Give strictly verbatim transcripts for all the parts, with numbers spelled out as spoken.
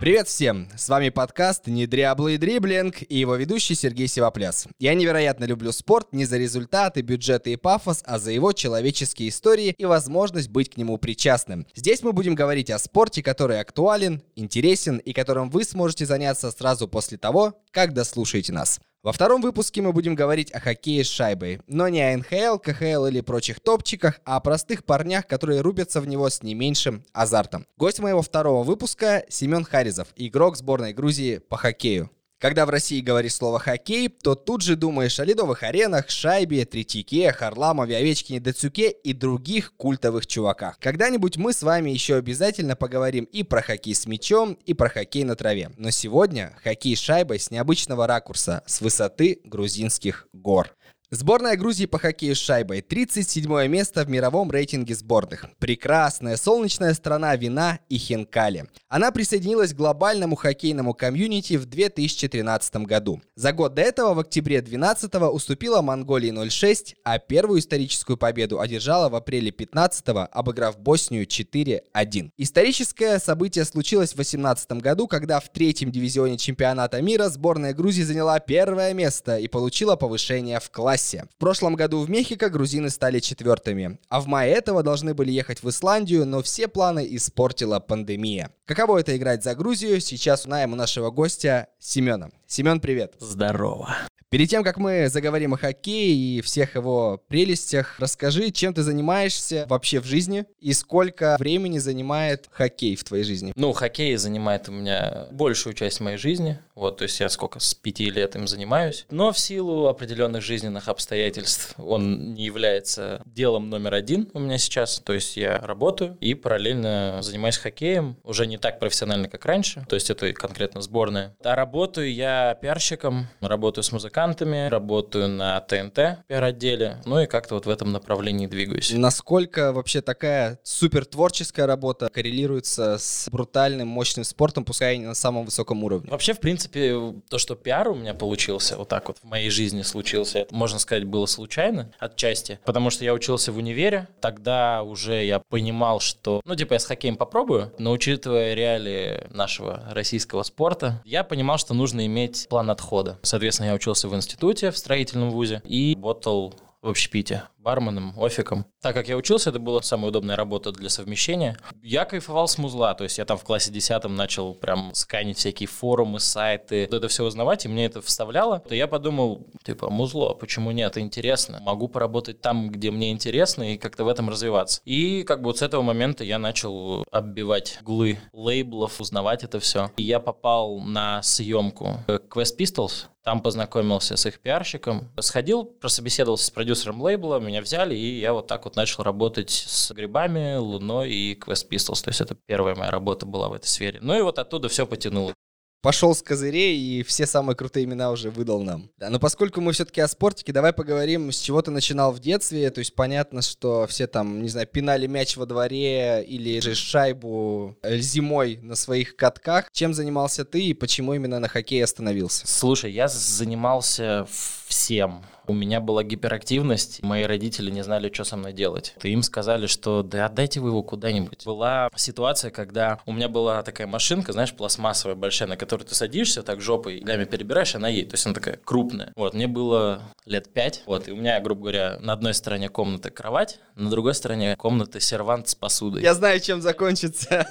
Привет всем! С вами подкаст «Недряблый дриблинг» и его ведущий Сергей Сивопляс. Я невероятно люблю спорт не за результаты, бюджеты и пафос, а за его человеческие истории и возможность быть к нему причастным. Здесь мы будем говорить о спорте, который актуален, интересен и которым вы сможете заняться сразу после того, как дослушаете нас. Во втором выпуске мы будем говорить о хоккее с шайбой, но не о эн ха эл, ка ха эл или прочих топчиках, а о простых парнях, которые рубятся в него с не меньшим азартом. Гость моего второго выпуска – Семен Харизов, игрок сборной Грузии по хоккею. Когда в России говоришь слово «хоккей», то тут же думаешь о ледовых аренах, шайбе, Третьяке, Харламове, Овечкине, Дацюке и других культовых чуваках. Когда-нибудь мы с вами еще обязательно поговорим и про хоккей с мячом, и про хоккей на траве. Но сегодня хоккей с шайбой с необычного ракурса, с высоты грузинских гор. Сборная Грузии по хоккею с шайбой. тридцать седьмое место в мировом рейтинге сборных. Прекрасная солнечная страна вина и хинкали. Она присоединилась к глобальному хоккейному комьюнити в две тысячи тринадцатом году. За год до этого, в октябре две тысячи двенадцатого, уступила Монголии ноль шесть, а первую историческую победу одержала в апреле две тысячи пятнадцатого, обыграв Боснию четыре один. Историческое событие случилось в две тысячи восемнадцатом году, когда в третьем дивизионе чемпионата мира сборная Грузии заняла первое место и получила повышение в классе. В прошлом году в Мехико грузины стали четвертыми, а в мае этого должны были ехать в Исландию, но все планы испортила пандемия. Каково это играть за Грузию, сейчас узнаем у нашего гостя Семена. Семен, привет. Здорово. Перед тем, как мы заговорим о хоккее и всех его прелестях, расскажи, чем ты занимаешься вообще в жизни и сколько времени занимает хоккей в твоей жизни? Ну, хоккей занимает у меня большую часть моей жизни. Вот, то есть я сколько, с пяти лет им занимаюсь. Но в силу определенных жизненных обстоятельств он не является делом номер один у меня сейчас. То есть я работаю и параллельно занимаюсь хоккеем. Уже не так профессионально, как раньше. То есть это конкретно сборная. А работаю я пиарщиком, работаю с музыкантами. Работаю на тэ эн тэ пиар-отделе, ну и как-то вот в этом направлении двигаюсь. Насколько вообще такая супер творческая работа коррелируется с брутальным, мощным спортом, пускай и не на самом высоком уровне? Вообще, в принципе, то, что пиар у меня получился, вот так вот в моей жизни случился, это, можно сказать, было случайно отчасти, потому что я учился в универе, тогда уже я понимал, что, ну, типа, я с хоккеем попробую, но учитывая реалии нашего российского спорта, я понимал, что нужно иметь план отхода. Соответственно, я учился в в институте, в строительном вузе, и работал в общепите барменом, офиком. Так как я учился, это была самая удобная работа для совмещения. Я кайфовал с музла, то есть я там в классе десятом начал прям сканить всякие форумы, сайты, это все узнавать, и мне это вставляло. То я подумал, типа, музло, почему нет, интересно. Могу поработать там, где мне интересно, и как-то в этом развиваться. И как бы вот с этого момента я начал оббивать углы лейблов, узнавать это все. И я попал на съемку Quest Pistols. Там познакомился с их пиарщиком, сходил, прособеседовался с продюсером лейбла, меня взяли, и я вот так вот начал работать с Грибами, Луной и Quest Pistols. То есть это первая моя работа была в этой сфере. Ну и вот оттуда все потянуло. Пошел с козырей и все самые крутые имена уже выдал нам. Да, но поскольку мы все-таки о спортике, давай поговорим, с чего ты начинал в детстве. То есть понятно, что все там, не знаю, пинали мяч во дворе или же шайбу зимой на своих катках. Чем занимался ты и почему именно на хоккее остановился? Слушай, я занимался всем. У меня была гиперактивность, мои родители не знали, что со мной делать. И им сказали, что да отдайте вы его куда-нибудь. Была ситуация, когда у меня была такая машинка, знаешь, пластмассовая большая, на которую ты садишься, так жопой, ногами перебираешь, она едет. То есть она такая крупная. Вот, мне было лет пять, вот, и у меня, грубо говоря, на одной стороне комнаты кровать, на другой стороне комната сервант с посудой. Я знаю, чем закончится.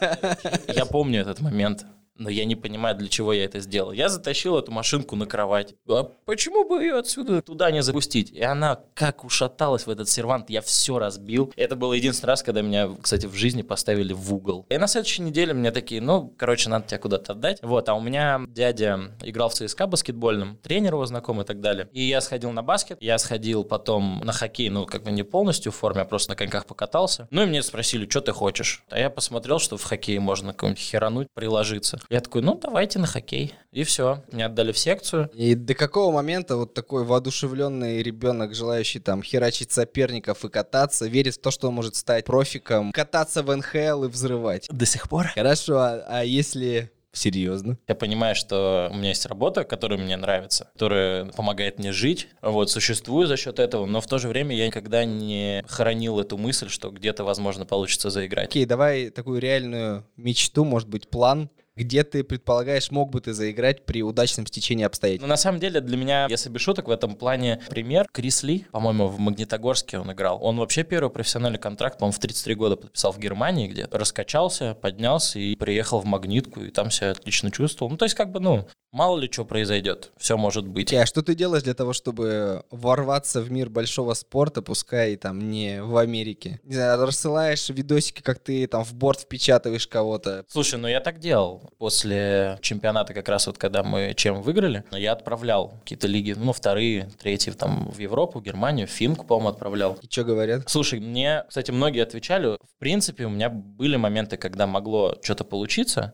Я помню этот момент. Но я не понимаю, для чего я это сделал. Я затащил эту машинку на кровать. А почему бы ее отсюда туда не запустить? И она как ушаталась в этот сервант, я все разбил. Это был единственный раз, когда меня, кстати, в жизни поставили в угол. И на следующей неделе мне такие, ну, короче, надо тебя куда-то отдать. Вот, а у меня дядя играл в ЦСКА баскетбольным, тренер его знакомый и так далее. И я сходил на баскет, я сходил потом на хоккей, ну, как бы не полностью в форме, а просто на коньках покатался. Ну, и мне спросили, что ты хочешь? А я посмотрел, что в хоккее можно какой-нибудь херануть, приложиться. Я такой, ну, давайте на хоккей. И все. Меня отдали в секцию. И до какого момента вот такой воодушевленный ребенок, желающий там херачить соперников и кататься, верит в то, что он может стать профиком, кататься в эн ха эл и взрывать? До сих пор. Хорошо, а, а если... Серьезно? Я понимаю, что у меня есть работа, которая мне нравится, которая помогает мне жить, вот, существую за счет этого, но в то же время я никогда не хоронил эту мысль, что где-то, возможно, получится заиграть. Окей, давай такую реальную мечту, может быть, план. Где ты, предполагаешь, мог бы ты заиграть при удачном стечении обстоятельств? Ну, на самом деле, для меня, если без шуток, в этом плане пример Крис Ли, по-моему, в Магнитогорске он играл. Он вообще первый профессиональный контракт, по-моему, в тридцать три года подписал в Германии где-то. Раскачался, поднялся и приехал в Магнитку, и там себя отлично чувствовал. Ну, то есть, как бы, ну, мало ли что произойдет, все может быть. А что ты делаешь для того, чтобы ворваться в мир большого спорта, пускай там не в Америке? Не знаю, рассылаешь видосики, как ты там в борт впечатываешь кого-то? Слушай, ну я так делал. После чемпионата, как раз вот когда мы чем выиграли, я отправлял какие-то лиги, ну, вторые, третьи, там, в Европу, Германию, Финку, по-моему, отправлял. И что говорят? Слушай, мне, кстати, многие отвечали, в принципе, у меня были моменты, когда могло что-то получиться,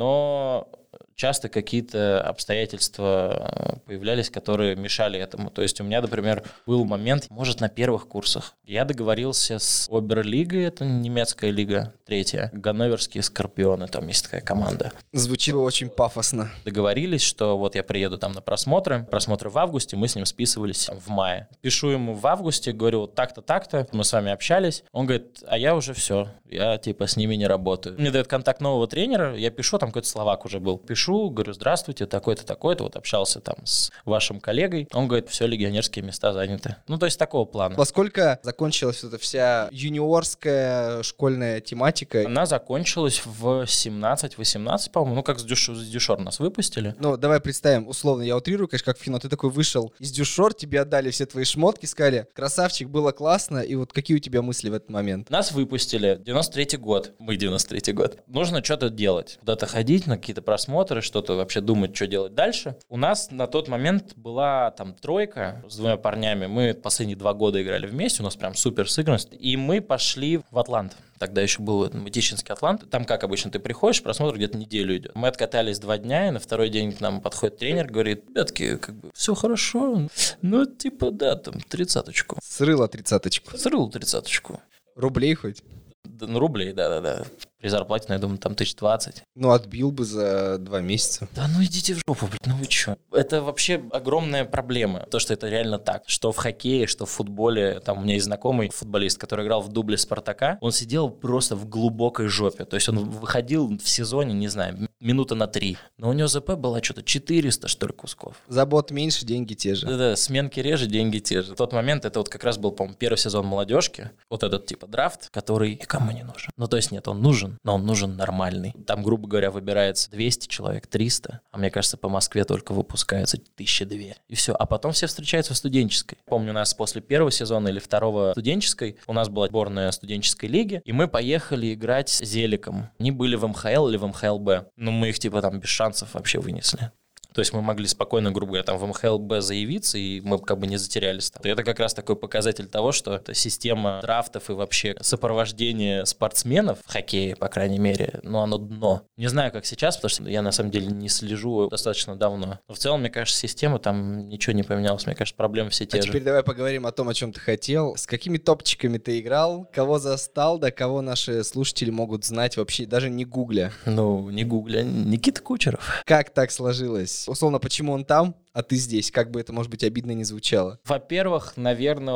но часто какие-то обстоятельства появлялись, которые мешали этому. То есть у меня, например, был момент, может, на первых курсах. Я договорился с Оберлигой, это немецкая лига, третья. Ганноверские Скорпионы, там есть такая команда. Звучит очень пафосно. Договорились, что вот я приеду там на просмотры. Просмотры в августе, мы с ним списывались в мае. Пишу ему в августе, говорю, вот так-то, так-то, мы с вами общались. Он говорит, а я уже все, я типа с ними не работаю. Мне дает контакт нового тренера, я пишу, там какой-то словак уже был. Пишу, говорю, здравствуйте, такой-то, такой-то, вот общался там с вашим коллегой. Он говорит, все, легионерские места заняты. Ну, то есть такого плана. Во сколько закончилась эта вся юниорская школьная тематика? Она закончилась в семнадцать-восемнадцать, по-моему, ну, как с, дюш... с Дюшор нас выпустили. Ну, давай представим, условно, я утрирую, конечно, как в кино, ты такой вышел из Дюшор, тебе отдали все твои шмотки, сказали, красавчик, было классно, и вот какие у тебя мысли в этот момент? Нас выпустили, девяносто третий год, мы девяносто третий год. Нужно что-то делать, куда-то ходить, на какие-то просмотры, что-то вообще думать, что делать дальше. У нас на тот момент была там тройка с двумя парнями, мы последние два года играли вместе, у нас прям супер сыгранность, и мы пошли в Атлант. Тогда еще был Мытищинский Атлант. Там, как обычно, ты приходишь, просмотр где-то неделю идет. Мы откатались два дня, и на второй день к нам подходит тренер, говорит, ребятки, как бы все хорошо, ну, типа, да, там, тридцаточку. Срыла тридцаточку. Срыл тридцаточку. Рублей хоть? Да, ну, рублей, да-да-да. При зарплате, ну, я думаю, там тысяч двадцать. Ну, отбил бы за два месяца. Да ну идите в жопу, блядь, ну вы чё? Это вообще огромная проблема, то, что это реально так. Что в хоккее, что в футболе. Там у меня есть знакомый футболист, который играл в дубле Спартака. Он сидел просто в глубокой жопе. То есть он выходил в сезоне, не знаю, минута на три. Но у него ЗП было что-то четыреста, что ли, кусков. Забот меньше, деньги те же. Да-да, сменки реже, деньги те же. В тот момент это вот как раз был, по-моему, первый сезон молодежки. Вот этот типа драфт, который никому не нужен. Ну то есть нет, он нужен, но он нужен нормальный. Там, грубо говоря, выбирается двести человек, триста, а мне кажется, по Москве только выпускается тысяча две. И все. А потом все встречаются в студенческой. Помню, у нас после первого сезона или второго студенческой, у нас была сборная студенческой лиги, и мы поехали играть с Зеликом. Они были в эм ха эл или в эм ха эл бэ. Но мы их типа там без шансов вообще вынесли. То есть мы могли спокойно, грубо говоря, там в эм ха эл бэ заявиться, и мы как бы не затерялись там. Это как раз такой показатель того, что эта система драфтов и вообще сопровождение спортсменов в хоккее, по крайней мере, ну, оно дно. Не знаю, как сейчас, потому что я на самом деле не слежу достаточно давно. Но в целом, мне кажется, система там ничего не поменялась. Мне кажется, проблемы все те а же. Теперь давай поговорим о том, о чем ты хотел. С какими топчиками ты играл? Кого застал? Да кого наши слушатели могут знать вообще, даже не гугля? Ну, не гугля. Никита Кучеров. Как так сложилось? Условно, почему он там, а ты здесь? Как бы это, может быть, обидно не звучало. Во-первых, наверное,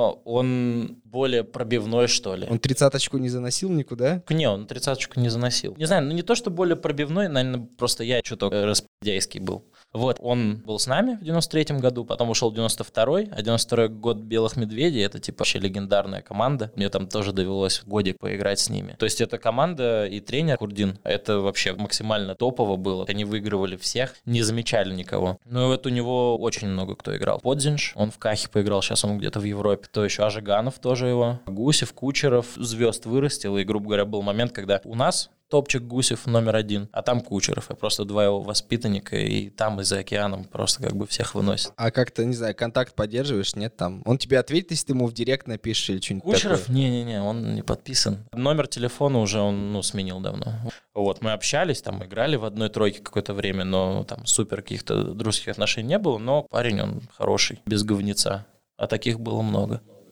он более пробивной, что ли. Он тридцаточку не заносил никуда? Не, он тридцаточку не заносил. Не знаю, ну не то, что более пробивной, наверное, просто я что-то распидяйский был. Вот, он был с нами в девяносто третьем году, потом ушел в девяносто второй, а девяносто второй год Белых Медведей, это типа вообще легендарная команда. Мне там тоже довелось годик поиграть с ними. То есть эта команда и тренер Курдин, это вообще максимально топово было. Они выигрывали всех, не замечали никого. Но вот у него очень много кто играл. Подзинш, он в Кахе поиграл, сейчас он где-то в Европе. То еще Ажиганов тоже его. Гусев, Кучеров, звезд вырастил. И, грубо говоря, был момент, когда у нас топчик Гусев номер один, а там Кучеров. И просто два его воспитанника, и там и за океаном просто как бы всех выносят. А как-то, не знаю, контакт поддерживаешь? Нет, там? Он тебе ответит, если ты ему в директ напишешь или что-нибудь Кучеров? такое? Не-не-не, он не подписан. Номер телефона уже он, ну, сменил давно. Вот, мы общались, там, играли в одной тройке какое-то время, но там супер каких-то дружеских отношений не было, но парень, он хороший, без говнеца. А таких было много.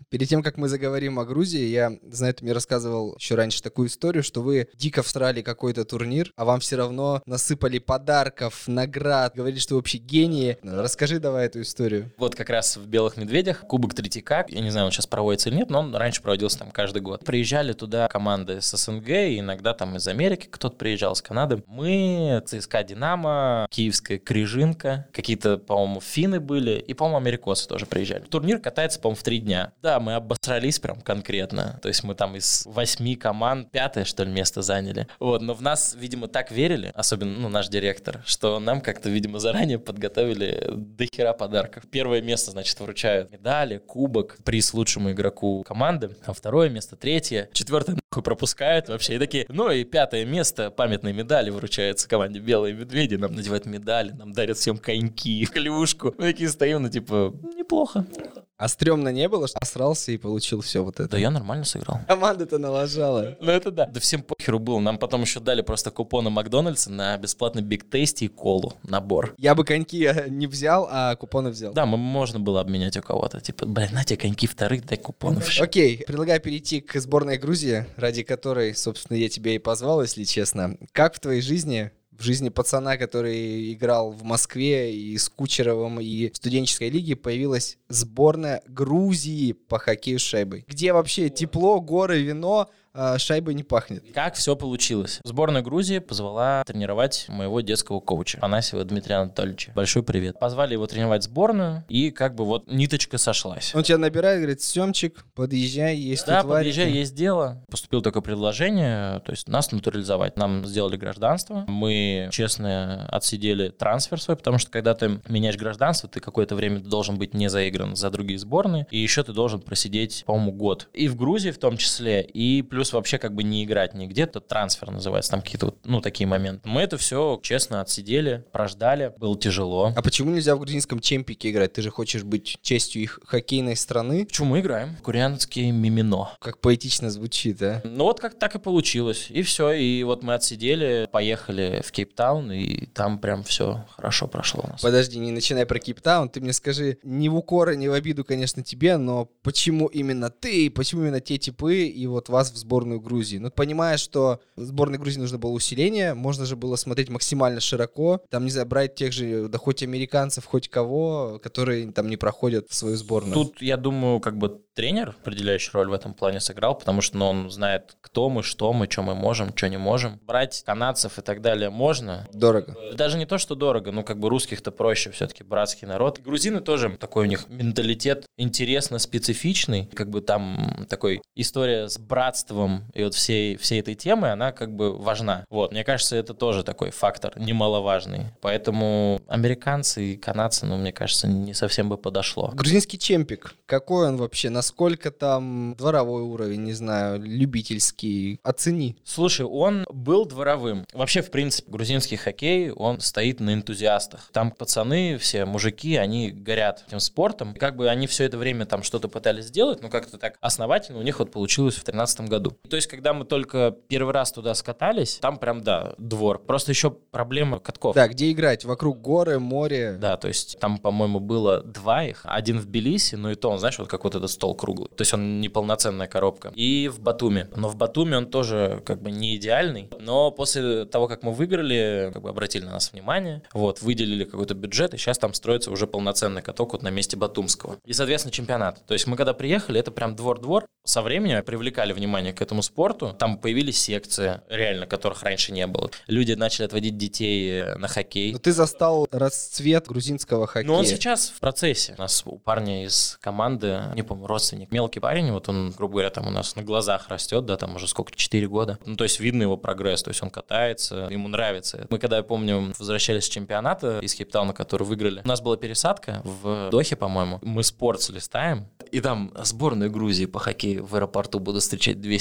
Перед тем, как мы заговорим о Грузии, я, знаю, ты мне рассказывал еще раньше такую историю, что вы дико всрали какой-то турнир, а вам все равно насыпали подарков, наград, говорили, что вы вообще гении. Расскажи давай эту историю. Вот как раз в «Белых медведях» Кубок Третьяка, я не знаю, он сейчас проводится или нет, но он раньше проводился там каждый год. Приезжали туда команды с СНГ, и иногда там из Америки кто-то приезжал, с Канады. Мы, ЦСКА «Динамо», киевская «Крижинка», какие-то, по-моему, финны были, и, по-моему, америкосы тоже приезжали. Турнир катается, по-моему, в три дня. Да, мы обосрались прям конкретно. То есть мы там из восьми команд пятое, что ли, место заняли. Вот, но в нас, видимо, так верили, особенно, ну, наш директор, что нам как-то, видимо, заранее подготовили дохера подарков. Первое место, значит, вручают медали, кубок, приз лучшему игроку команды, а второе место, третье, четвертое нахуй пропускают вообще. И такие, ну и пятое место, памятные медали вручаются команде «Белые медведи», нам надевают медали, нам дарят всем коньки, клюшку. Мы такие стоим, ну типа, неплохо. А стрёмно не было, что осрался и получил все вот это? Да я нормально сыграл. Команда-то налажала. Ну это да. Да всем похеру было. Нам потом еще дали просто купоны Макдональдса на бесплатный Биг Тейсти и колу, набор. Я бы коньки не взял, а купоны взял. Да, можно было обменять у кого-то. Типа, блин, на тебе коньки вторых, дай купонов. Окей, предлагаю перейти к сборной Грузии, ради которой, собственно, я тебя и позвал, если честно. Как в твоей жизни... В жизни пацана, который играл в Москве и с Кучеровым, и в студенческой лиге, появилась сборная Грузии по хоккею с шайбой. Где вообще тепло, горы, вино, а шайбой не пахнет. Как все получилось? Сборная Грузии позвала тренировать моего детского коуча Афанасьева Дмитрия Анатольевича. Большой привет. Позвали его тренировать сборную, и как бы вот ниточка сошлась. Он тебя набирает, говорит, Семчик, подъезжай, есть да, тут подъезжай, варики. Есть дело. Поступило такое предложение, то есть нас натурализовать. Нам сделали гражданство. Мы честно отсидели трансфер свой, потому что когда ты меняешь гражданство, ты какое-то время должен быть не заигран за другие сборные, и еще ты должен просидеть, по-моему, год. И в Грузии в том числе, и плюс вообще как бы не играть нигде, это трансфер называется, там какие-то вот, ну, такие моменты. Мы это все честно отсидели, прождали, было тяжело. А почему нельзя в грузинском чемпике играть? Ты же хочешь быть частью их хоккейной страны. Почему мы играем? Курянский мимино. Как поэтично звучит, а? Ну вот как так и получилось. И все, и вот мы отсидели, поехали в Кейптаун, и там прям все хорошо прошло у нас. Подожди, не начинай про Кейптаун, ты мне скажи, не в укор, не в обиду, конечно, тебе, но почему именно ты, почему именно те типы и вот вас в сборную Грузии? Ну, понимаешь, что сборной Грузии нужно было усиление, можно же было смотреть максимально широко, там, не знаю, брать тех же, да хоть американцев, хоть кого, которые там не проходят в свою сборную. Тут, я думаю, как бы тренер определяющую роль в этом плане сыграл, потому что ну, он знает, кто мы, что мы, что мы можем, что не можем. Брать канадцев и так далее можно. Дорого. Даже не то, что дорого, ну как бы русских-то проще, все-таки братский народ. Грузины тоже, такой у них менталитет интересно специфичный, как бы там такой история с братством и вот всей, всей этой темы, она как бы важна. Вот, мне кажется, это тоже такой фактор немаловажный. Поэтому американцы и канадцы, ну, мне кажется, не совсем бы подошло. Грузинский чемпик, какой он вообще? Насколько там дворовой уровень, не знаю, любительский? Оцени. Слушай, он был дворовым. Вообще, в принципе, грузинский хоккей, он стоит на энтузиастах. Там пацаны, все мужики, они горят этим спортом. И как бы они все это время там что-то пытались сделать, но как-то так основательно у них вот получилось в тринадцатом году. То есть, когда мы только первый раз туда скатались, там прям, да, двор. Просто еще проблема катков. Да, где играть? Вокруг горы, море. Да, то есть там, по-моему, было два их. Один в Тбилиси, но и то, он, знаешь, вот как вот этот стол круглый. То есть он не полноценная коробка. И в Батуми. Но в Батуми он тоже как бы не идеальный. Но после того, как мы выиграли, как бы обратили на нас внимание, вот, выделили какой-то бюджет, и сейчас там строится уже полноценный каток вот на месте Батумского. И, соответственно, чемпионат. То есть мы когда приехали, это прям двор-двор. Со временем привлекали внимание к этому спорту. Там появились секции, реально, которых раньше не было. Люди начали отводить детей на хоккей. Но ты застал расцвет грузинского хоккея. Но он сейчас в процессе. У нас у парня из команды, не помню, родственник, мелкий парень, вот он, грубо говоря, там у нас на глазах растет, да, там уже сколько, четыре года. Ну, то есть видно его прогресс, то есть он катается, ему нравится. Мы, когда, я помню, возвращались с чемпионата из Кейптауна, который выиграли, у нас была пересадка в Дохе, по-моему. Мы спортс листаем, и там сборную Грузии по хоккею в аэропорту буду встречать двести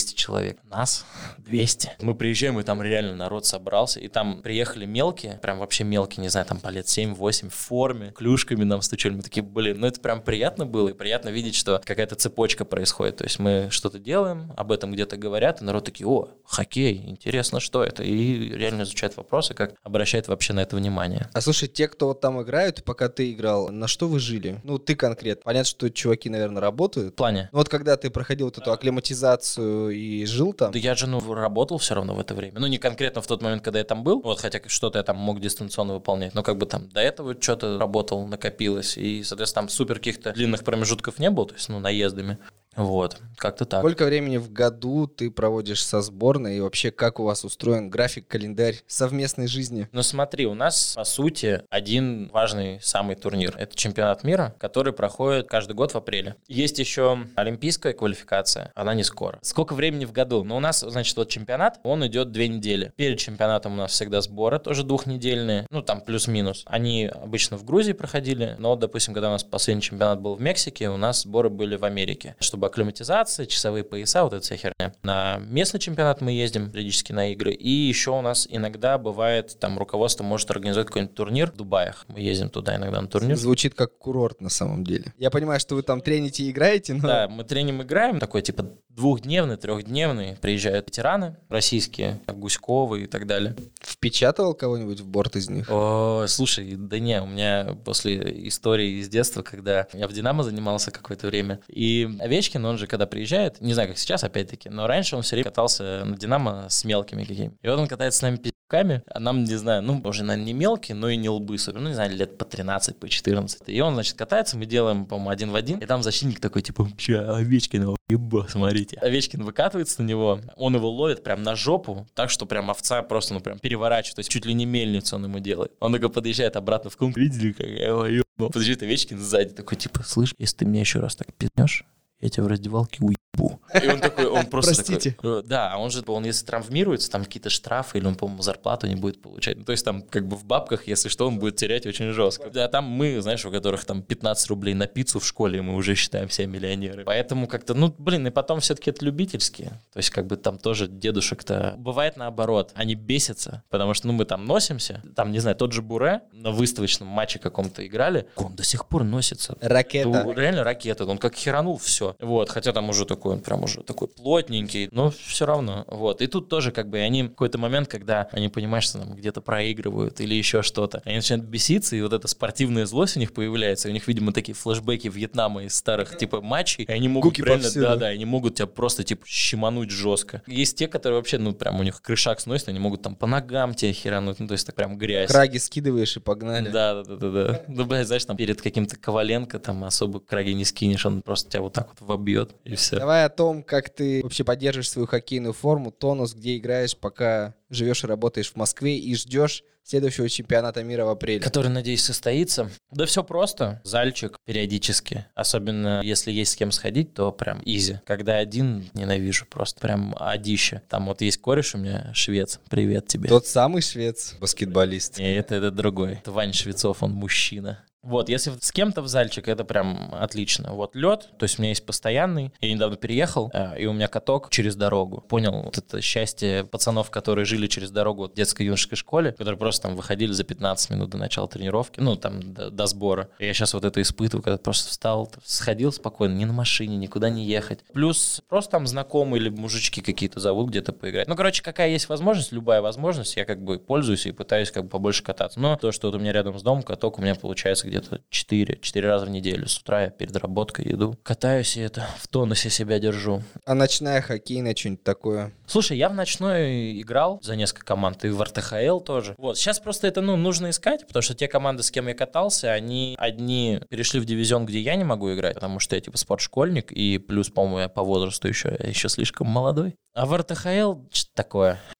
двести человек. Нас двести. Мы приезжаем, и там реально народ собрался, и там приехали мелкие, прям вообще мелкие, не знаю, там по лет семь-восемь в форме, клюшками нам стучали. Мы такие, блин, ну это прям приятно было, и приятно видеть, что какая-то цепочка происходит. То есть мы что-то делаем, об этом где-то говорят, и народ такие, о, хоккей, интересно, что это? И реально изучают вопросы, как обращает вообще на это внимание. А слушай, те, кто вот там играют, пока ты играл, на что вы жили? Ну, ты конкретно. Понятно, что чуваки, наверное, работают. В плане? Ну, вот когда ты проходил вот эту акклиматизацию и жил там. Да я же, ну, работал все равно в это время. Ну, не конкретно в тот момент, когда я там был, вот, хотя что-то я там мог дистанционно выполнять, но как бы там до этого что-то работал, накопилось, и, соответственно, там супер каких-то длинных промежутков не было, то есть, ну, наездами. Вот, как-то так. Сколько времени в году ты проводишь со сборной, и вообще как у вас устроен график, календарь совместной жизни? Ну смотри, у нас, по сути, один важный самый турнир. Это чемпионат мира, который проходит каждый год в апреле. Есть еще олимпийская квалификация, она не скоро. Сколько времени в году? Ну у нас, значит, вот чемпионат, он идет две недели. Перед чемпионатом у нас всегда сборы, тоже двухнедельные, ну там плюс-минус. Они обычно в Грузии проходили, но, допустим, когда у нас последний чемпионат был в Мексике, у нас сборы были в Америке, чтобы акклиматизация, часовые пояса, вот эта вся херня. На местный чемпионат мы ездим периодически на игры, и еще у нас иногда бывает, там руководство может организовать какой-нибудь турнир в Дубаях. Мы ездим туда иногда на турнир. Звучит как курорт на самом деле. Я понимаю, что вы там трените и играете, но... Да, мы треним, играем, такой типа двухдневный, трехдневный. Приезжают ветераны российские, как Гуськовы и так далее. Впечатывал кого-нибудь в борт из них? О, слушай, да не, у меня после истории из детства, когда я в «Динамо» занимался какое-то время, и Овечкин, он же когда приезжает, не знаю, как сейчас опять-таки, но раньше он все время катался на «Динамо» с мелкими какими-то. И вот он катается с нами пи***ками, а нам, не знаю, ну, уже, наверное, не мелкие, но и не лбы, ну, не знаю, лет по тринадцать, по четырнадцать. И он, значит, катается, мы делаем, по-моему, один в один, и там защитник такой, типа, ща, Овечкин, еба, смотрите. Овечкин выкатывается на него, он его ловит прям на жопу, так что прям овца просто, ну, прям переворачивает, то есть чуть ли не мельницу он ему делает. Он такой подъезжает обратно в клуб, видели, как я его ебал. Подъезжает Овечкин сзади, такой, типа, слышь, если ты меня еще раз так пизнешь, я тебя в раздевалке уебу. И он такой, он просто Простите. такой... Да, а он же, он если травмируется, там какие-то штрафы, или он, по-моему, зарплату не будет получать. Ну, то есть там как бы в бабках, если что, он будет терять очень жестко. Да, там мы, знаешь, у которых там пятнадцать рублей на пиццу в школе, мы уже считаем себя миллионеры. Поэтому как-то, ну, блин, и потом все-таки это любительские. То есть как бы там тоже дедушек-то... Бывает наоборот, они бесятся, потому что, ну, мы там носимся, там, не знаю, тот же Буре на выставочном матче каком-то играли, он до сих пор носится. Ракета. Ну, реально ракета, он как херанул все. Вот, хотя там уже такой, он прям уже такой плотненький, но все равно. Вот, и тут тоже как бы они в какой-то момент, когда они понимают, что там где-то проигрывают или еще что-то, они начинают беситься, и вот эта спортивная злость у них появляется, у них, видимо, такие флешбеки Вьетнама из старых типа матчей, и они могут Гуки реально, повсюду. да-да, они могут тебя просто типа щемануть жестко. Есть те, которые вообще, ну прям у них крышак сносит, они могут там по ногам тебя херануть, ну то есть так прям грязь. Краги скидываешь и погнали. Да, да, да, да. Ну, блядь, знаешь, там перед каким-то Коваленко там особо краги не скинешь, он просто тебя вот так вот вобьет, и все. Давай о том, как ты вообще поддерживаешь свою хоккейную форму, тонус, где играешь, пока живешь и работаешь в Москве и ждешь следующего чемпионата мира в апреле. Который, надеюсь, состоится. Да все просто. Зальчик периодически. Особенно, если есть с кем сходить, то прям изи. Когда один, ненавижу просто. Прям одище. Там вот есть кореш у меня, швец. Привет тебе. Тот самый швец, баскетболист. Не, это, это другой. Это Вань Швецов, он мужчина. Вот, если с кем-то в зальчик, это прям отлично. Вот лед, то есть у меня есть постоянный. Я недавно переехал, и у меня каток через дорогу. Понял вот это счастье пацанов, которые жили через дорогу в детско-юношеской школе, которые просто там выходили за пятнадцать минут до начала тренировки, ну, там, до, до сбора. И я сейчас вот это испытываю, когда просто встал, сходил спокойно, не на машине, никуда не ехать. Плюс просто там знакомые или мужички какие-то зовут где-то поиграть. Ну, короче, какая есть возможность, любая возможность, я как бы пользуюсь и пытаюсь как бы побольше кататься. Но то, что вот у меня рядом с домом каток, у меня получается где где-то четыре раза в неделю. С утра я перед работкой иду, катаюсь и это в тонусе себя держу. А ночная хоккейная что-нибудь такое? Слушай, я в ночной играл за несколько команд, и в эр тэ ха эл тоже. Вот, сейчас просто это, ну, нужно искать, потому что те команды, с кем я катался, они одни перешли в дивизион, где я не могу играть, потому что я типа спортшкольник, и плюс, по-моему, я по возрасту еще, я еще слишком молодой. А в эр тэ ха эл что-то такое.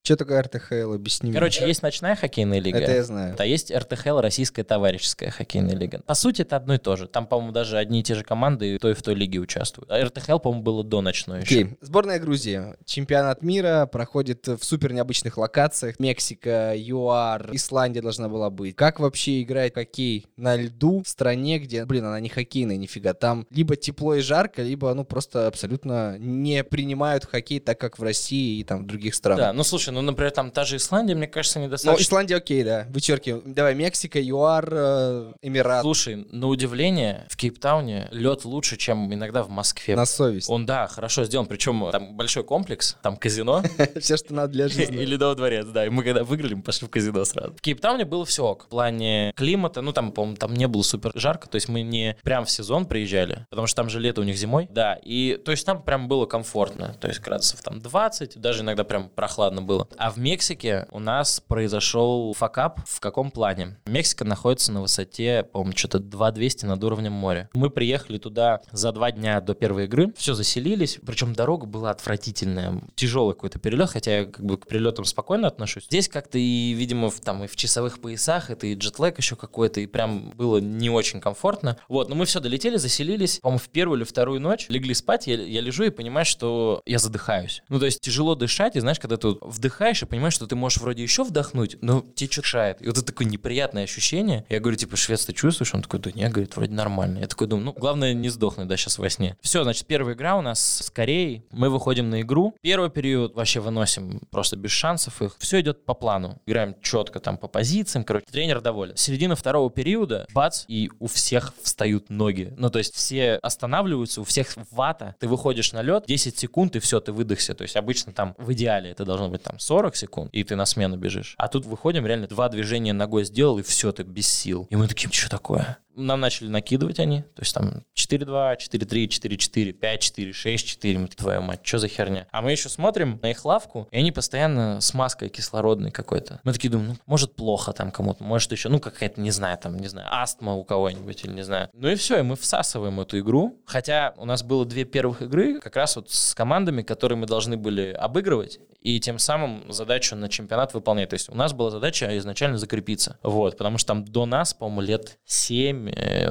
Что такое эр тэ ха эл? Объясни мне. Короче, есть ночная хоккейная лига. Это я знаю. А есть эр тэ ха эл, Российская товарищеская хоккейная лига. По сути, это одно и то же. Там, по-моему, даже одни и те же команды и той и в той лиге участвуют. А эр тэ ха эл, по-моему, было до ночной еще. Окей. Сборная Грузии. Чемпионат мира проходит в супер необычных локациях. Мексика, ЮАР, Исландия должна была быть. Как вообще играет хоккей на льду в стране, где, блин, она не хоккейная нифига. Там либо тепло и жарко, либо, ну, просто абсолютно не принимают хоккей так, как в России и там в других странах. Да, ну слушай, ну, например, там та же Исландия, мне кажется, Ну, недостаточно. Исландия окей, да. Вычеркиваем. Давай, Мексика, ЮАР, э, Эмират. Слушай, на удивление, в Кейптауне лед лучше, чем иногда в Москве. На совесть. Он, да, хорошо сделан, причем там большой комплекс, там казино. Все, что надо для жизни. И Ледовый дворец, да. И мы когда выиграли, мы пошли в казино сразу. В Кейптауне было все ок. В плане климата, ну там, по-моему, там не было супер жарко, то есть мы не прям в сезон приезжали, потому что там же лето у них зимой. Да, и то есть там прям было комфортно, то есть градусов там двадцать, даже иногда прям прохладно было. А в Мексике у нас произошел факап. В каком плане? Мексика находится на высоте, по-моему, что-то два тысячи двести над уровнем моря. Мы приехали туда за два дня до первой игры, все заселились, причем дорога была отвратительная, тяжелый какой-то перелет, хотя я как бы к перелетам спокойно отношусь. Здесь как-то и, видимо, в, там и в часовых поясах, это и джетлэг еще какой-то, и прям было не очень комфортно. Вот, но мы все долетели, заселились, по-моему, в первую или вторую ночь, легли спать, я, я лежу и понимаю, что я задыхаюсь. Ну, то есть тяжело дышать, и знаешь, когда ты вдыхаешь и понимаешь, что ты можешь вроде еще вдохнуть, но тебе что-то шает. И вот это такое неприятное ощущение. Я говорю, типа, швец, ты чувствуешь? Он такой, да нет, говорит, вроде нормально. Я такой думаю, ну, главное не сдохнуть, да, сейчас во сне. Все, значит, первая игра у нас с Кореей. Мы выходим на игру. Первый период вообще выносим просто без шансов их. Все идет по плану. Играем четко там по позициям. Короче, тренер доволен. Середина второго периода, бац, и у всех встают ноги. Ну, то есть все останавливаются, у всех вата. Ты выходишь на лед, десять секунд, и все, ты выдохся. То есть обычно там в идеале это должно быть там сорок секунд, и ты на смену бежишь. А тут выходим, реально два движения ногой сделал, и все, ты без сил. И мы такие, что такое? Нам начали накидывать они, то есть там четыре два, четыре три, четыре четыре, пять четыре, шесть четыре, мы такие, твою мать, что за херня? А мы еще смотрим на их лавку, и они постоянно с маской кислородной какой-то. Мы такие думаем, ну, может, плохо там кому-то, может, еще, ну, какая-то, не знаю, там, не знаю, астма у кого-нибудь или не знаю. Ну и все, и мы всасываем эту игру, хотя у нас было две первых игры как раз вот с командами, которые мы должны были обыгрывать, и тем самым задачу на чемпионат выполнять. То есть у нас была задача изначально закрепиться, вот, потому что там до нас, по-моему, лет семь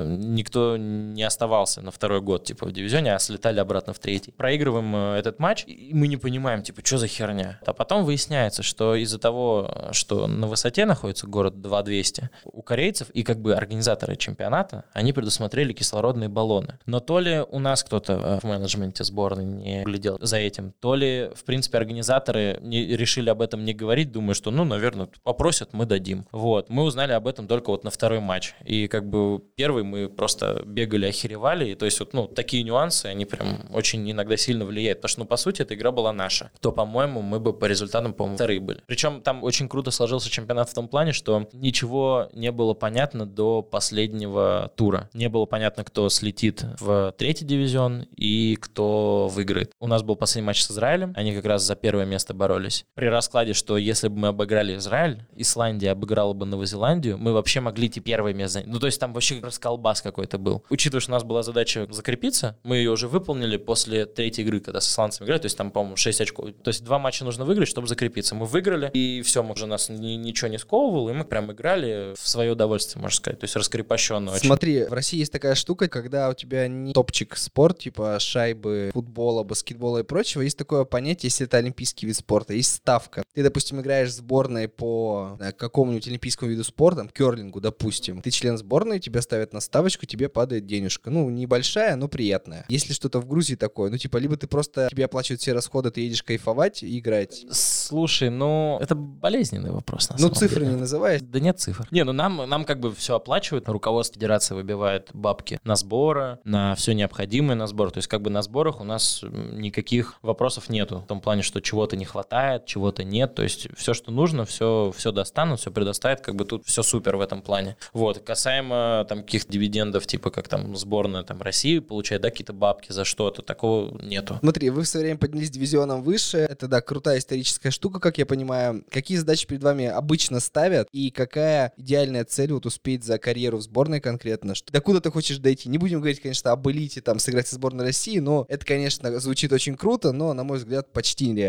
никто не оставался на второй год, типа, в дивизионе, а слетали обратно в третий. Проигрываем этот матч, и мы не понимаем, типа, что за херня. А потом выясняется, что из-за того, что на высоте находится город два тысячи двести, у корейцев и как бы организаторы чемпионата, они предусмотрели кислородные баллоны. Но то ли у нас кто-то в менеджменте сборной не глядел за этим, то ли, в принципе, организаторы не, решили об этом не говорить, думая, что, ну, наверное, попросят, мы дадим. Вот. Мы узнали об этом только вот на второй матч. И как бы первый мы просто бегали, охеревали, и то есть вот, ну, такие нюансы, они прям очень иногда сильно влияют, потому что, ну, по сути, эта игра была наша, то, по-моему, мы бы по результатам, по-моему, вторые были. Причем там очень круто сложился чемпионат в том плане, что ничего не было понятно до последнего тура. Не было понятно, кто слетит в третий дивизион и кто выиграет. У нас был последний матч с Израилем, они как раз за первое место боролись. При раскладе, что если бы мы обыграли Израиль, Исландия обыграла бы Новозеландию, мы вообще могли идти первое место занять. Ну, то есть там вообще расколбас какой-то был. Учитывая, что у нас была задача закрепиться, мы ее уже выполнили после третьей игры, когда с исландцами играли, то есть там, по-моему, шесть очков. То есть два матча нужно выиграть, чтобы закрепиться. Мы выиграли, и все, уже нас ни, ничего не сковывало, и мы прям играли в свое удовольствие, можно сказать, то есть раскрепощенно очень. Смотри, в России есть такая штука, когда у тебя не топчик спорт, типа шайбы, футбола, баскетбола и прочего, есть такое понятие, если это олимпийский вид спорта, есть ставка. Ты, допустим, играешь в сборной по да, какому-нибудь олимпийскому виду спорта, там, керлингу, допустим. Ты член сборной, тебя ставят на ставочку, тебе падает денежка. Ну, небольшая, но приятная. Есть ли что-то в Грузии такое? Ну, типа, либо ты просто, тебе оплачивают все расходы, ты едешь кайфовать и играть. Слушай, ну, это болезненный вопрос, на Ну, самом цифры деле. не называй. Да нет цифр. Не, ну нам, нам как бы все оплачивают, руководство федерации выбивает бабки на сборы, на все необходимое на сбор. То есть как бы на сборах у нас никаких вопросов нету. В том плане, что чего-то не хватает, чего-то нет. То есть все, что нужно, все, все достанут, все предоставят. Как бы тут все супер в этом плане. Вот. Касаемо там каких-то дивидендов, типа как там сборная там России получает, да, какие-то бабки за что-то, такого нету. Смотри, вы в свое время поднялись дивизионом выше. Это, да, крутая историческая штука, как я понимаю. Какие задачи перед вами обычно ставят и какая идеальная цель вот успеть за карьеру в сборной конкретно? Что, докуда ты хочешь дойти? Не будем говорить, конечно, об элите, там, сыграть со сборной России, но это, конечно, звучит очень круто, но, на мой взгляд, почти нереально.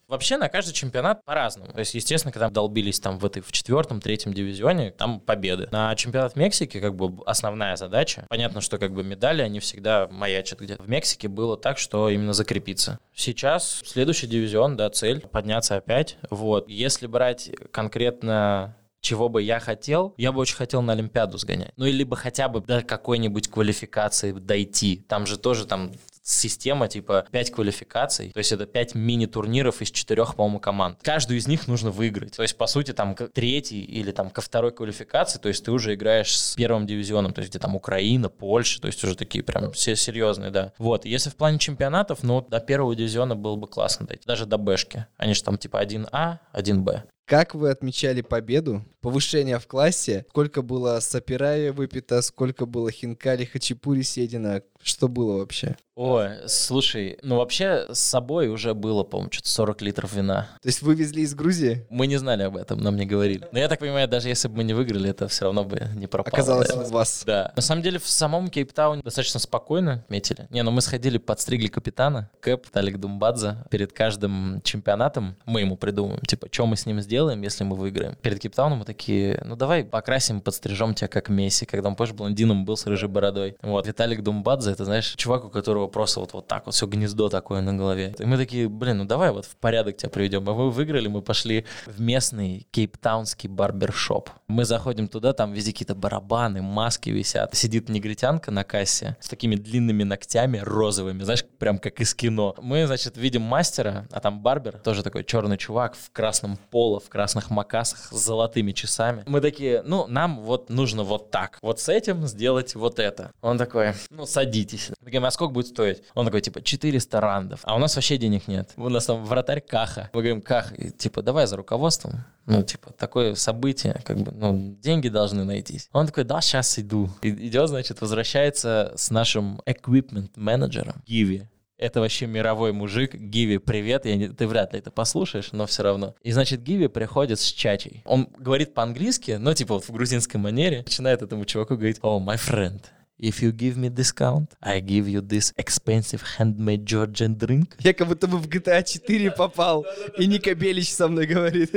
Вообще на каждый чемпионат по-разному. То есть, естественно, когда долбились там в этой, в четвертом, третьем дивизионе, там победы. На чемпионат Мексики как бы основная задача. Понятно, что как бы медали, они всегда маячат где-то. В Мексике было так, что именно закрепиться. Сейчас следующий дивизион, да, цель подняться опять. Вот. Если брать конкретно... Чего бы я хотел? Я бы очень хотел на Олимпиаду сгонять. Ну, либо хотя бы до какой-нибудь квалификации дойти. Там же тоже там система типа пять квалификаций. То есть это пять мини-турниров из четырех, по-моему, команд. Каждую из них нужно выиграть. То есть, по сути, там к третьей или там ко второй квалификации, то есть ты уже играешь с первым дивизионом, то есть где там Украина, Польша, то есть уже такие прям все серьезные, да. Вот. Если в плане чемпионатов, ну, до первого дивизиона было бы классно дойти. Даже до Бэшки. Они же там типа один А, один Б. Как вы отмечали победу, повышение в классе? Сколько было сапираи выпито, сколько было хинкали, хачапури съедено? Что было вообще? Ой, слушай, ну вообще с собой уже было, по-моему, что-то сорок литров вина. То есть вы везли из Грузии? Мы не знали об этом, нам не говорили. Но я так понимаю, даже если бы мы не выиграли, это все равно бы не пропало. Оказалось да? у вас. Да. На самом деле в самом Кейптауне достаточно спокойно метили. Не, ну мы сходили, подстригли капитана, Кэп, Талик Думбадзе. Перед каждым чемпионатом мы ему придумаем, типа, что мы с ним сделаем, если мы выиграем. Перед Кейптауном мы такие, ну давай покрасим, подстрижем тебя как Месси, когда он, позже блондином был с рыжей бородой. Вот, Виталик Думбадзе, это, знаешь, чувак, у которого просто вот, вот так вот все гнездо такое на голове. И мы такие, блин, ну давай вот в порядок тебя приведем. А мы выиграли, мы пошли в местный кейптаунский барбершоп. Мы заходим туда, там везде какие-то барабаны, маски висят. Сидит негритянка на кассе с такими длинными ногтями розовыми, знаешь, прям как из кино. Мы, значит, видим мастера, а там барбер, тоже такой черный чувак в красном поло, в красных макасах с золотыми часами. Мы такие, ну, нам вот нужно вот так. Вот с этим сделать вот это. Он такой, ну, садитесь. Мы говорим, а сколько будет стоить? Он такой, типа, четыреста рандов. А у нас вообще денег нет. У нас там вратарь Каха. Мы говорим, Ках, типа, давай за руководством. Ну, типа, такое событие, как бы, ну, деньги должны найтись. Он такой, да, сейчас иду. И идет, значит, возвращается с нашим equipment-менеджером Гиви. Это вообще мировой мужик. Гиви, привет. Я не, ты вряд ли это послушаешь, но все равно. И, значит, Гиви приходит с чачей. Он говорит по-английски, но типа вот в грузинской манере. Начинает этому чуваку говорить, oh, my friend, if you give me discount, I give you this expensive handmade Georgian drink. Я как будто бы в джи ти эй четыре попал, и Ника Белич со мной говорит.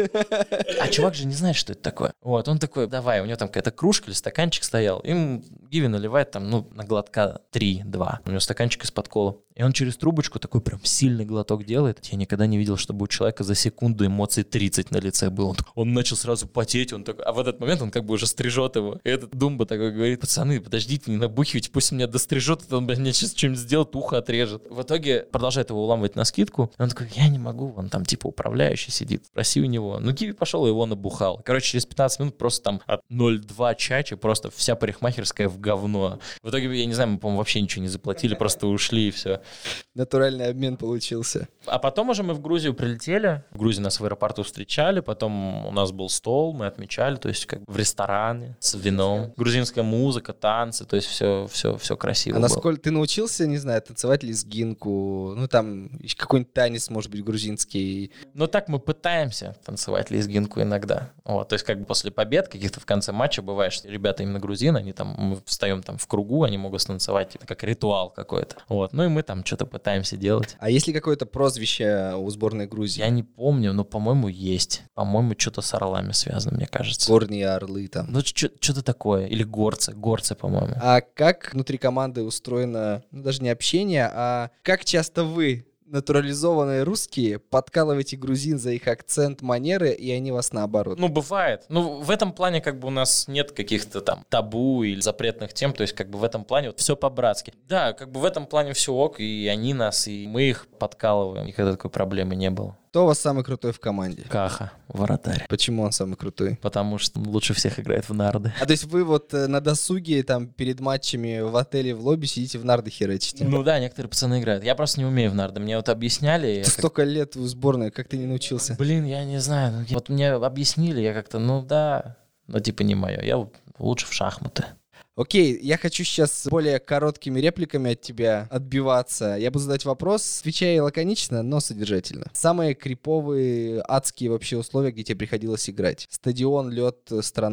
А чувак же не знает, что это такое. Вот, он такой, давай, у него там какая-то кружка или стаканчик стоял. Им Гиви наливает там, ну, на глотка три-два. У него стаканчик из-под кола. И он через трубочку такой прям сильный глоток делает. Я никогда не видел, чтобы у человека за секунду эмоций тридцать на лице было. Он, он начал сразу потеть, он такой, а в этот момент он как бы уже стрижет его. И этот Думба такой говорит, пацаны, подождите, не набухивайте, пусть меня дострижет, он, блин, мне сейчас что-нибудь сделает, ухо отрежет. В итоге продолжает его уламывать на скидку. И он такой, я не могу, он там типа управляющий сидит, спроси у него. Ну, Гиви пошел, его набухал. Короче, через пятнадцать минут просто там от ноль целых два чачи просто вся парикмахерская в говно. В итоге, я не знаю, мы, по-моему, вообще ничего не заплатили, просто ушли и все. Натуральный обмен получился. А потом уже мы в Грузию прилетели. В Грузии нас в аэропорту встречали. Потом у нас был стол, мы отмечали. То есть как бы в ресторане с вином. Грузинская музыка, танцы. То есть все, все, все красиво А было. насколько ты научился, не знаю, танцевать лезгинку? Ну там какой-нибудь танец, может быть, грузинский? Ну так мы пытаемся танцевать лезгинку иногда. Вот, то есть как бы после побед каких-то в конце матча бывает, что ребята именно грузины, они там, мы встаем там в кругу, они могут станцевать типа как ритуал какой-то. Вот, ну и мы там что-то пытаемся делать. А есть ли какое-то прозвище у сборной Грузии? Я не помню, но, по-моему, есть. По-моему, что-то с орлами связано, мне кажется. Горные орлы там. Ну, что-то такое. Или горцы. Горцы, по-моему. А как внутри команды устроено, ну, даже не общение, а как часто вы, натурализованные русские, подкалываете грузин за их акцент, манеры, и они вас наоборот? Ну, бывает. Ну, в этом плане как бы у нас нет каких-то там табу или запретных тем, то есть как бы в этом плане вот все по-братски. Да, как бы в этом плане все ок, и они нас, и мы их подкалываем. Никогда такой проблемы не было. Кто у вас самый крутой в команде? Каха, вратарь. Почему он самый крутой? Потому что лучше всех играет в нарды. А то есть вы вот на досуге, там, перед матчами в отеле, в лобби сидите в нарды херачите? Ну да, некоторые пацаны играют. Я просто не умею в нарды. Мне вот объясняли. Столько как... лет в сборной, как ты не научился? Блин, я не знаю. Вот мне объяснили, я как-то, ну да, но типа не мое. Я лучше в шахматы. Окей, я хочу сейчас более короткими репликами от тебя отбиваться. Я буду задать вопрос, отвечай лаконично, но содержательно. Самые криповые, адские вообще условия, где тебе приходилось играть? Стадион, лед, страна.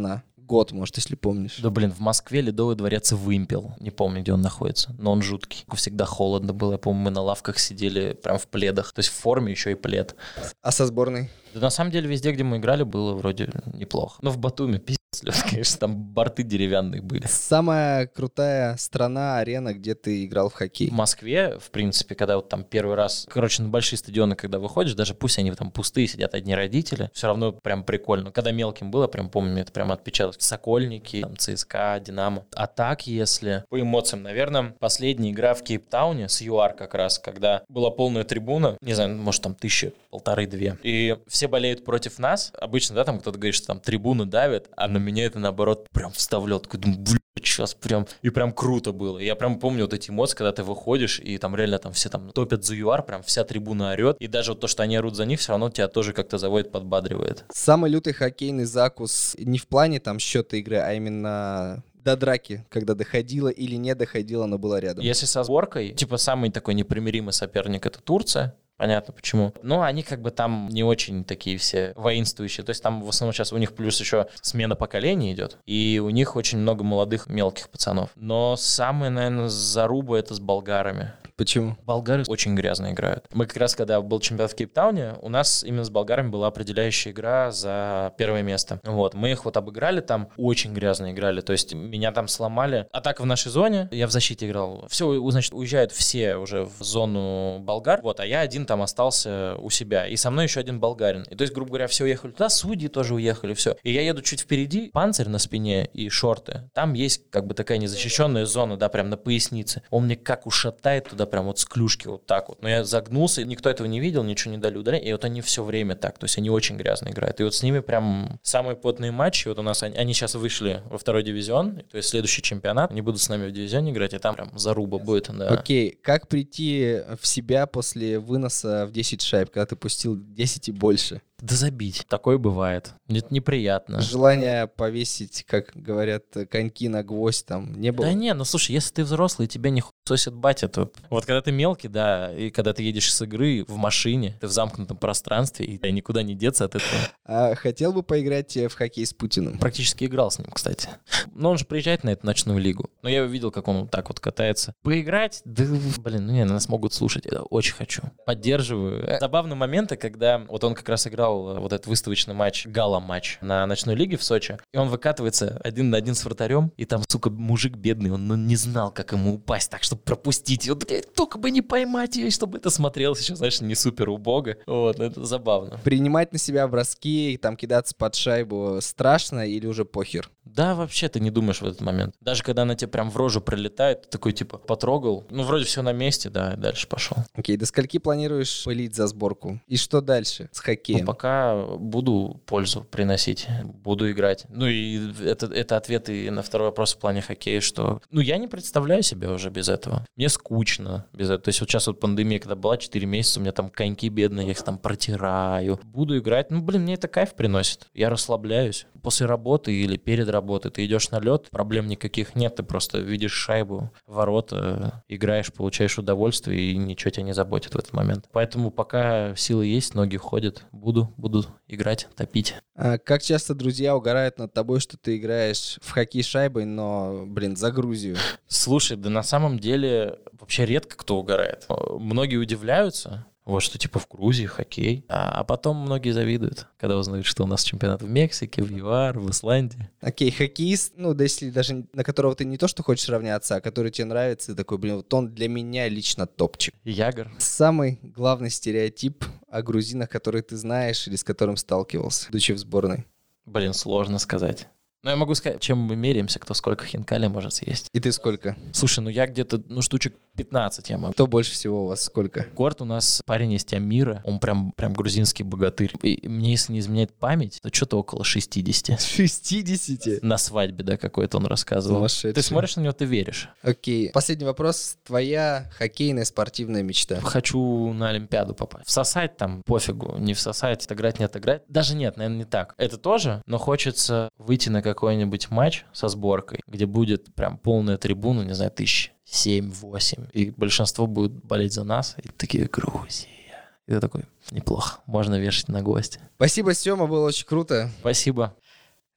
год, может, если помнишь. Да, блин, в Москве Ледовый дворец Вымпел. Не помню, где он находится, но он жуткий. Всегда холодно было. Я помню, мы на лавках сидели прям в пледах. То есть в форме еще и плед. А со сборной? Да на самом деле везде, где мы играли, было вроде неплохо. Но в Батуми, пиздец, Лёд, конечно, там борты деревянные были. Самая крутая страна, арена, где ты играл в хоккей? В Москве, в принципе, когда вот там первый раз, короче, на большие стадионы, когда выходишь, даже пусть они там пустые, сидят одни родители, все равно прям прикольно. Когда мелким было, прям помню, это прям отпечаталось. Сокольники, там, ЦСКА, Динамо. А так, если по эмоциям, наверное, последняя игра в Кейптауне с ЮАР как раз, когда была полная трибуна, не знаю, может там тысячи, полторы-две, и все болеют против нас. Обычно, да, там кто-то говорит, что там трибуны давят, а на меня это, наоборот, прям вставлет. Такой, думаю, блин, сейчас прям... И прям круто было. Я прям помню вот эти эмоции, когда ты выходишь, и там реально там все там топят за ЮАР, прям вся трибуна орет. И даже вот то, что они орут за них, все равно тебя тоже как-то заводит, подбадривает. Самый лютый хоккейный закус не в плане там счета игры, а именно... до драки, когда доходила или не доходила, но была рядом. Если со сборкой, типа самый такой непримиримый соперник — это Турция. Понятно почему. Но они как бы там не очень такие все воинствующие. То есть там в основном сейчас у них плюс еще смена поколений идет. И у них очень много молодых мелких пацанов. Но самое, наверное, заруба — это с болгарами. Почему? Болгары очень грязно играют. Мы как раз, когда был чемпионат в Кейптауне, у нас именно с болгарами была определяющая игра за первое место. Вот. Мы их вот обыграли там, очень грязно играли. То есть меня там сломали. Атака в нашей зоне, я в защите играл. Все, значит, уезжают все уже в зону болгар. Вот, а я один там остался у себя. И со мной еще один болгарин. И то есть, грубо говоря, все уехали туда, судьи тоже уехали, все. И я еду чуть впереди, панцирь на спине и шорты. Там есть как бы такая незащищенная зона, да, прям на пояснице. Он мне как ушатает туда прям вот с клюшки вот так вот. Но я загнулся, никто этого не видел, ничего не дали ударения. И вот они все время так, то есть они очень грязно играют. И вот с ними прям самые потные матчи. Вот у нас они, они сейчас вышли во второй дивизион, то есть следующий чемпионат. Они будут с нами в дивизионе играть, и там прям заруба будет, да. Окей, как прийти в себя после выноса в десять шайб, когда ты пустил десять и больше? Да забить. Такое бывает. Это неприятно. Желание повесить, как говорят, коньки на гвоздь там не было? Да не, ну слушай, если ты взрослый, и тебя не хуесосит батя, то... Вот когда ты мелкий, да, и когда ты едешь с игры в машине, ты в замкнутом пространстве, и ты никуда не деться от этого. А хотел бы поиграть в хоккей с Путиным? Практически играл с ним, кстати. Но он же приезжает на эту ночную лигу. Но я его видел, как он вот так вот катается. Поиграть? Да, блин, ну не, нас могут слушать. Я очень хочу. Поддерживаю. Забавные моменты, когда вот он как раз играл вот этот выставочный матч, гала-матч на ночной лиге в Сочи, и он выкатывается один на один с вратарем, и там, сука, мужик бедный, он ну, не знал, как ему упасть так, чтобы пропустить. И вот, блядь, только бы не поймать ее, чтобы это смотрелось еще, знаешь, не супер убого. Вот, это забавно. Принимать на себя броски, там кидаться под шайбу страшно или уже похер? Да, вообще ты не думаешь в этот момент. Даже когда она тебе прям в рожу прилетает, ты такой, типа, потрогал, ну, вроде все на месте, да, и дальше пошел. Окей, до скольки планируешь пылить за сборку? И что дальше с хоккеем? Ну, пока буду пользу приносить, буду играть. Ну, и это, это ответ и на второй вопрос в плане хоккея, что, ну, я не представляю себя уже без этого. Мне скучно без этого. То есть вот сейчас вот пандемия, когда была, четыре месяца, у меня там коньки бедные, я их там протираю. Буду играть. Ну, блин, мне это кайф приносит. Я расслабляюсь. После работы или перед работой ты идешь на лед, проблем никаких нет, ты просто видишь шайбу, ворота, играешь, получаешь удовольствие, и ничего тебя не заботит в этот момент. Поэтому пока силы есть, ноги ходят, буду, буду играть, топить. А как часто друзья угорают над тобой, что ты играешь в хоккей шайбой, но, блин, за Грузию? Слушай, да на самом деле вообще редко кто угорает. Многие удивляются. Вот что типа в Грузии хоккей. А, а потом многие завидуют, когда узнают, что у нас чемпионат в Мексике, в ЮАР, в Исландии. Окей, хоккеист, ну, да если даже на которого ты не то, что хочешь равняться, а который тебе нравится, ты такой, блин, вот он для меня лично топчик. Ягор. Самый главный стереотип о грузинах, который ты знаешь или с которым сталкивался, будучи в сборной? Блин, сложно сказать. Но я могу сказать, чем мы меряемся, кто сколько хинкали может съесть. И ты сколько? Слушай, ну я где-то, ну, штучек пятнадцать я могу. Кто больше всего у вас? Сколько? Горд у нас парень есть Амира, он прям, прям грузинский богатырь. И мне, если не изменяет память, то что-то около шестидесяти. шестидесяти? На свадьбе, да, какой-то он рассказывал. Сумасшедший. Ты смотришь на него, ты веришь. Окей. Последний вопрос. Твоя хоккейная спортивная мечта? Хочу на Олимпиаду попасть. Всосать там пофигу, не всосать, отыграть, не отыграть. Даже нет, наверное, не так. Это тоже, но хочется выйти на какой-нибудь матч со сборкой, где будет прям полная трибуна, не знаю, тысяч семь-восемь, и большинство будет болеть за нас, и такие: Грузия. И ты такой: неплохо, можно вешать на гвоздь. Спасибо, Сёма, было очень круто. Спасибо.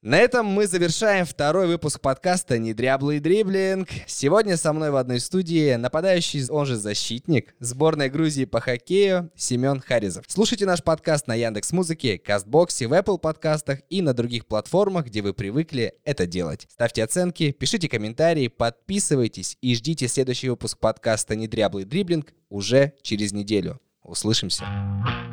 На этом мы завершаем второй выпуск подкаста «Недряблый дриблинг». Сегодня со мной в одной студии нападающий, он же защитник, сборной Грузии по хоккею Семен Харизов. Слушайте наш подкаст на Яндекс.Музыке, Кастбоксе, в Apple подкастах и на других платформах, где вы привыкли это делать. Ставьте оценки, пишите комментарии, подписывайтесь и ждите следующий выпуск подкаста «Недряблый дриблинг» уже через неделю. Услышимся.